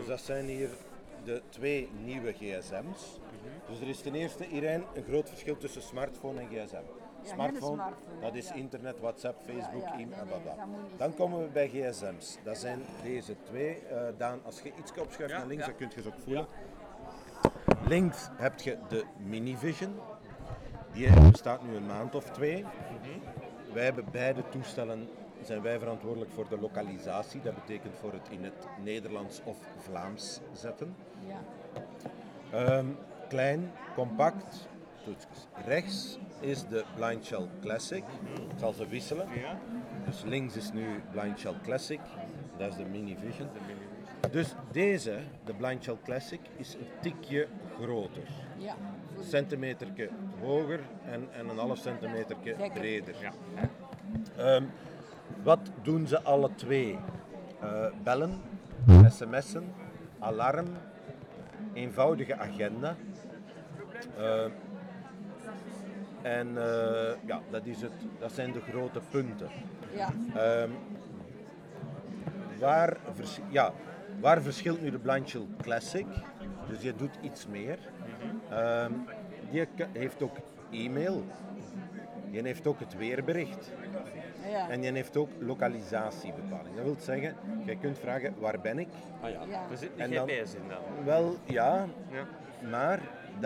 Dus dat zijn hier de 2 nieuwe gsm's. Dus er is ten eerste, Irene, een groot verschil tussen smartphone en gsm. Smartphone, dat is internet, WhatsApp, Facebook, e-mail, blablabla. Dan komen we bij gsm's. Dat zijn deze 2. Daan, als je iets opschuift naar links, dan kun je ze ook voelen. Links heb je de Minivision. Die bestaat nu een maand of 2. Wij hebben beide toestellen, zijn wij verantwoordelijk voor de lokalisatie. Dat betekent voor het in het Nederlands of Vlaams zetten. Klein, compact, toetsjes. Rechts is de Blind Shell Classic. Ik zal ze wisselen. Dus links is nu Blind Shell Classic. Dat is de Minivision. Dus deze, de Blind Shell Classic, is een tikje groter. Een centimeterke hoger en een half centimeterke breder. Wat doen ze alle 2? Bellen, sms'en, alarm, eenvoudige agenda. Dat is het. Dat zijn de grote punten. Waar verschilt nu de Blind Shell Classic? Dus je doet iets meer. Die heeft ook e-mail. Die heeft ook het weerbericht. En die heeft ook lokalisatiebepaling. Dat wil zeggen, jij kunt vragen, waar ben ik? Er zit een GPS in dan? Wel, ja. Maar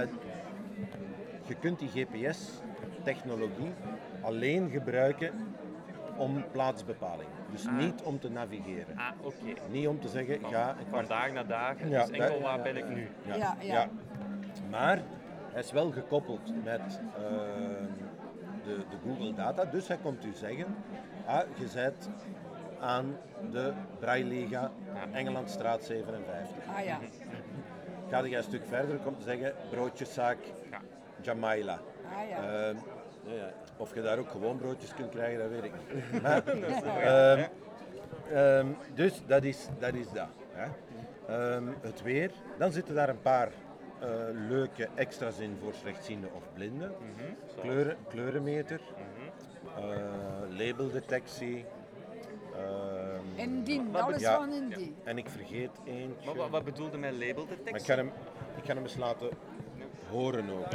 je kunt die GPS-technologie alleen gebruiken om plaatsbepaling. Dus niet om te navigeren. Niet om te zeggen, van dag naar dag, dus enkel waar ben ik nu? Maar hij is wel gekoppeld met de Google Data, dus hij komt u zeggen, je bent aan de Braille-liga Engelandstraat 57. Ga je een stuk verder, komt te zeggen, broodjeszaak Jamaila. Of je daar ook gewoon broodjes kunt krijgen, dat weet ik niet. Maar, dus dat is dat. Hè. Het weer, dan zitten daar een paar leuke extra's in voor slechtzienden of blinden. Kleurenmeter, labeldetectie. Indien, alles van indien. En ik vergeet eentje. Maar wat bedoelde met labeldetectie? Maar ik ga hem eens laten horen ook.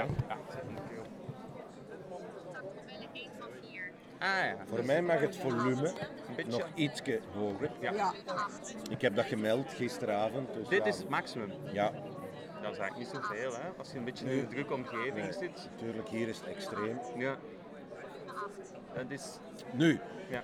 Voor mij mag het volume nog ietsje hoger. Ik heb dat gemeld gisteravond. Dus dit is het maximum? Ja. Dat is eigenlijk niet zoveel, hè? Als je een beetje in een drukke omgeving zit. Natuurlijk, hier is het extreem. Ja. Dat is... Nu.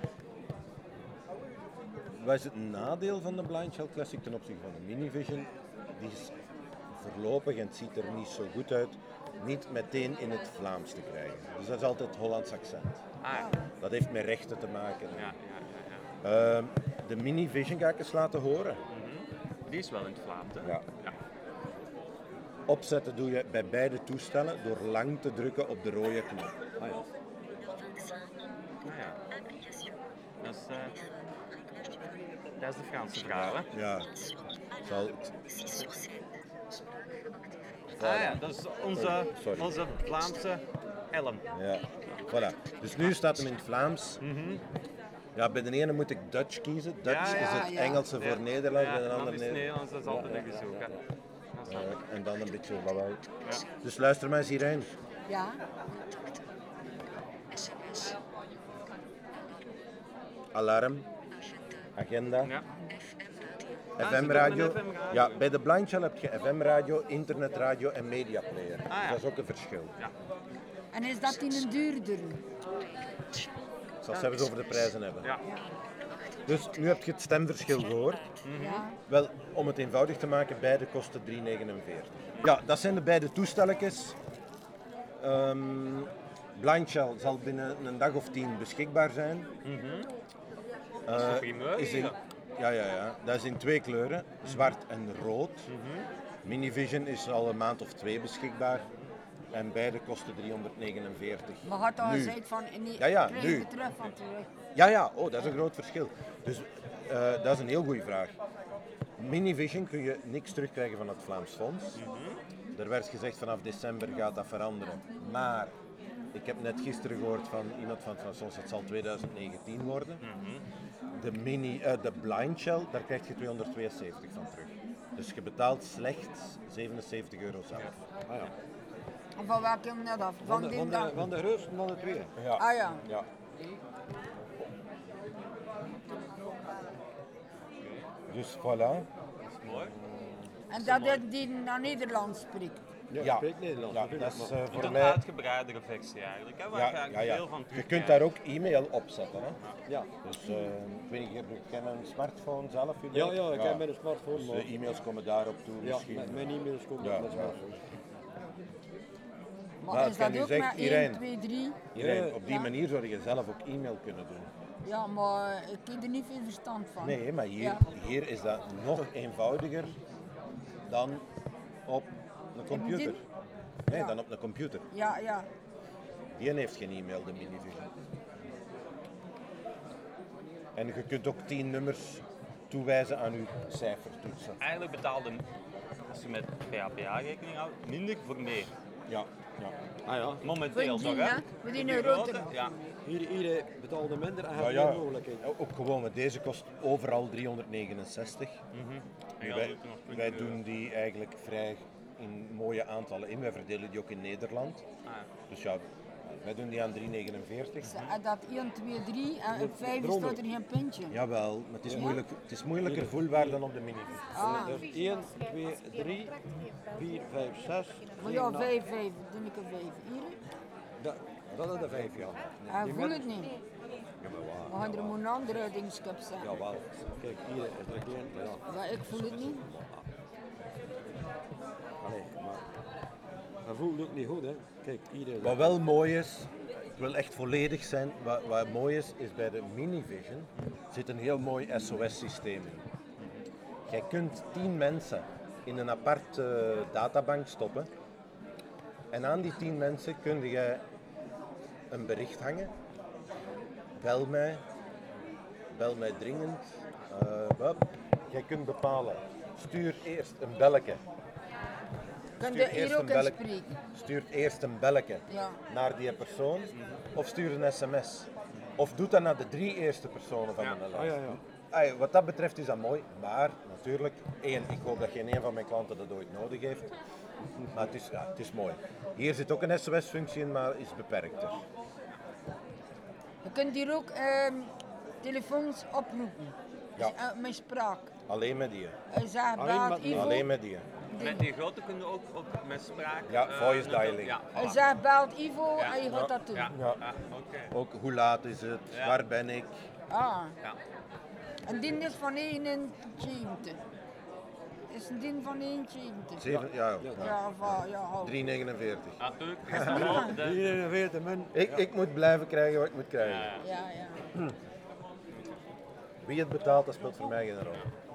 Wat is het nadeel van de Blind Shell Classic ten opzichte van de Minivision? Die is voorlopig, en het ziet er niet zo goed uit, niet meteen in het Vlaams te krijgen. Dus dat is altijd het Hollands accent. Dat heeft met rechten te maken. De Minivision ga ik eens laten horen. Die is wel in het Vlaams, hè? Ja. Opzetten doe je bij beide toestellen door lang te drukken op de rode knop. Dat is de Franse vrouw, hè? Ja. Dat is onze Vlaamse Ellen. Ja, voilà. Dus nu staat hem in het Vlaams. Ja, bij de ene moet ik Dutch kiezen. Dutch is het Engelse voor Nederland, bij de andere Nederlands. Dat is altijd een gezoek, hè? En dan een beetje wauw. Dus luister maar eens hierheen. Ja. Alarm, agenda, FM-radio. Ja, bij de Blind Shell heb je FM-radio, internetradio en mediaplayer. Dus dat is ook een verschil. En is dat in een duurder? Ik zal het even over de prijzen hebben. Dus nu heb je het stemverschil gehoord. Wel, om het eenvoudig te maken, beide kosten 3,49. Ja, dat zijn de beide toestelletjes. Blind Shell zal binnen een dag of 10 beschikbaar zijn. Dat is in 2 kleuren, zwart en rood. Minivision is al een maand of 2 beschikbaar. En beide kosten 349. Maar had al gezegd van nu. Terug van terug. Dat is een groot verschil. Dus dat is een heel goede vraag. Minivision kun je niks terugkrijgen van het Vlaams Fonds. Er werd gezegd vanaf december gaat dat veranderen. Maar ik heb net gisteren gehoord van iemand van het Vlaams Fonds, het zal 2019 worden. De Blind Shell, daar krijg je 272 van terug. Dus je betaalt slechts €77 zelf. Ah, ja. En van waar komt dat af? Van de grootste van de twee. Ja. Ah ja. Ja. Dus voilà. Dat is mooi. En dat is die naar Nederlands spreekt. Ja, Ja. spreekt Nederlands. Ja, natuurlijk, dat is maar- voor Een mij... uitgebreidere versie eigenlijk, hè, waar je eigenlijk veel van Je terugkrijgt. kunt daar ook e-mail op zetten. Hè? Ja. Dus ik weet niet, je kent een smartphone zelf? Ja, ik heb met een smartphone. Dus Maar, de e-mails komen daarop toe ja, misschien. mijn e-mails komen Ja, met ja. smartphone. Maar Nou, is het kan dat u ook zeggen, maar 1, Irene. 2, 3? Irene, op die Ja. manier zou je zelf ook e-mail kunnen doen. Ja, maar ik heb er niet veel verstand van. Nee, maar Ja. hier is dat nog eenvoudiger dan op een computer. Nee, Ja. dan op een computer. Ja, ja. Die heeft geen e-mail, de Minivision. En je kunt ook 10 nummers toewijzen aan je cijfertoetsen. Eigenlijk betaalde, als je met PHPA rekening houdt, minder voor meer. Ja, ja. Ah ja, Momenteel Voor toch, die, hè? hè? Voor die Voor grotere. grote, ja. iedereen betaalde minder en Ja, had ja. meer mogelijkheden. Ook gewoon, want deze kost overal 369. En je Wij, had ook nog 20 wij euro. doen die eigenlijk vrij in mooie aantallen in. Wij verdelen die ook in Nederland. Ah, Dus ja, wij doen die aan 349. Dat 1, 2, 3 en op 5 eronder. staat er geen puntje. Jawel, maar het is moeilijker voelbaar dan op de mini. Ah, Dus 1, 2, 3, 4, 5, 6. maar ja, 5, 5, doe ik een 5. Hier, Dat is de 5 jaar. hij voelt het niet. Ja, maar We waar? gaan er een andere dingskap zijn. Ja, wel. Kijk, hier is er geen. Ja. Maar ik voel het niet. Allee, maar. Dat voelt ook niet goed, hè? Kijk, iedereen. Wat wel mooi is, ik wil echt volledig zijn, wat mooi is bij de Minivision zit een heel mooi SOS-systeem in. Jij kunt 10 mensen in een aparte databank stoppen en aan die 10 mensen kun je een bericht hangen. Bel mij dringend. Jij kunt bepalen, stuur eerst een belletje. Kan Stuur je eerst hier ook een in belletje. spreken? Stuurt eerst een belletje Ja. naar die persoon of stuur een sms. Of doe dat naar de 3 eerste personen van Ja. mijn Ah lijst. ja, ja. Ai, wat dat betreft is dat mooi, maar natuurlijk, ik hoop dat geen een van mijn klanten dat ooit nodig heeft. Maar het is mooi. Hier zit ook een SOS-functie in, maar is beperkter. Je kunt hier ook telefoons oproepen. Ja. Dus, met spraak. Alleen met die. Hij zegt, Alleen baat met- Ivo. Alleen met die. Met die grote kun je ook met spraak. Ja, voice natuurlijk- dialing. Ja, Hij voilà. zegt, belt Ivo Ja. en je gaat dat doen. Ja, Ja. ja, oké. Ook hoe laat is het, Ja. waar ben ik. Ah, Ja. en die is van 71. Is een ding van 71. Ja, Ja, of, ja, hou. 3,49. Natuurlijk, is dat wel de... Iedereen weet het, man. Ik moet blijven krijgen wat ik moet krijgen. Ja, ja. Ja, ja. Wie het betaalt, dat speelt voor mij geen rol.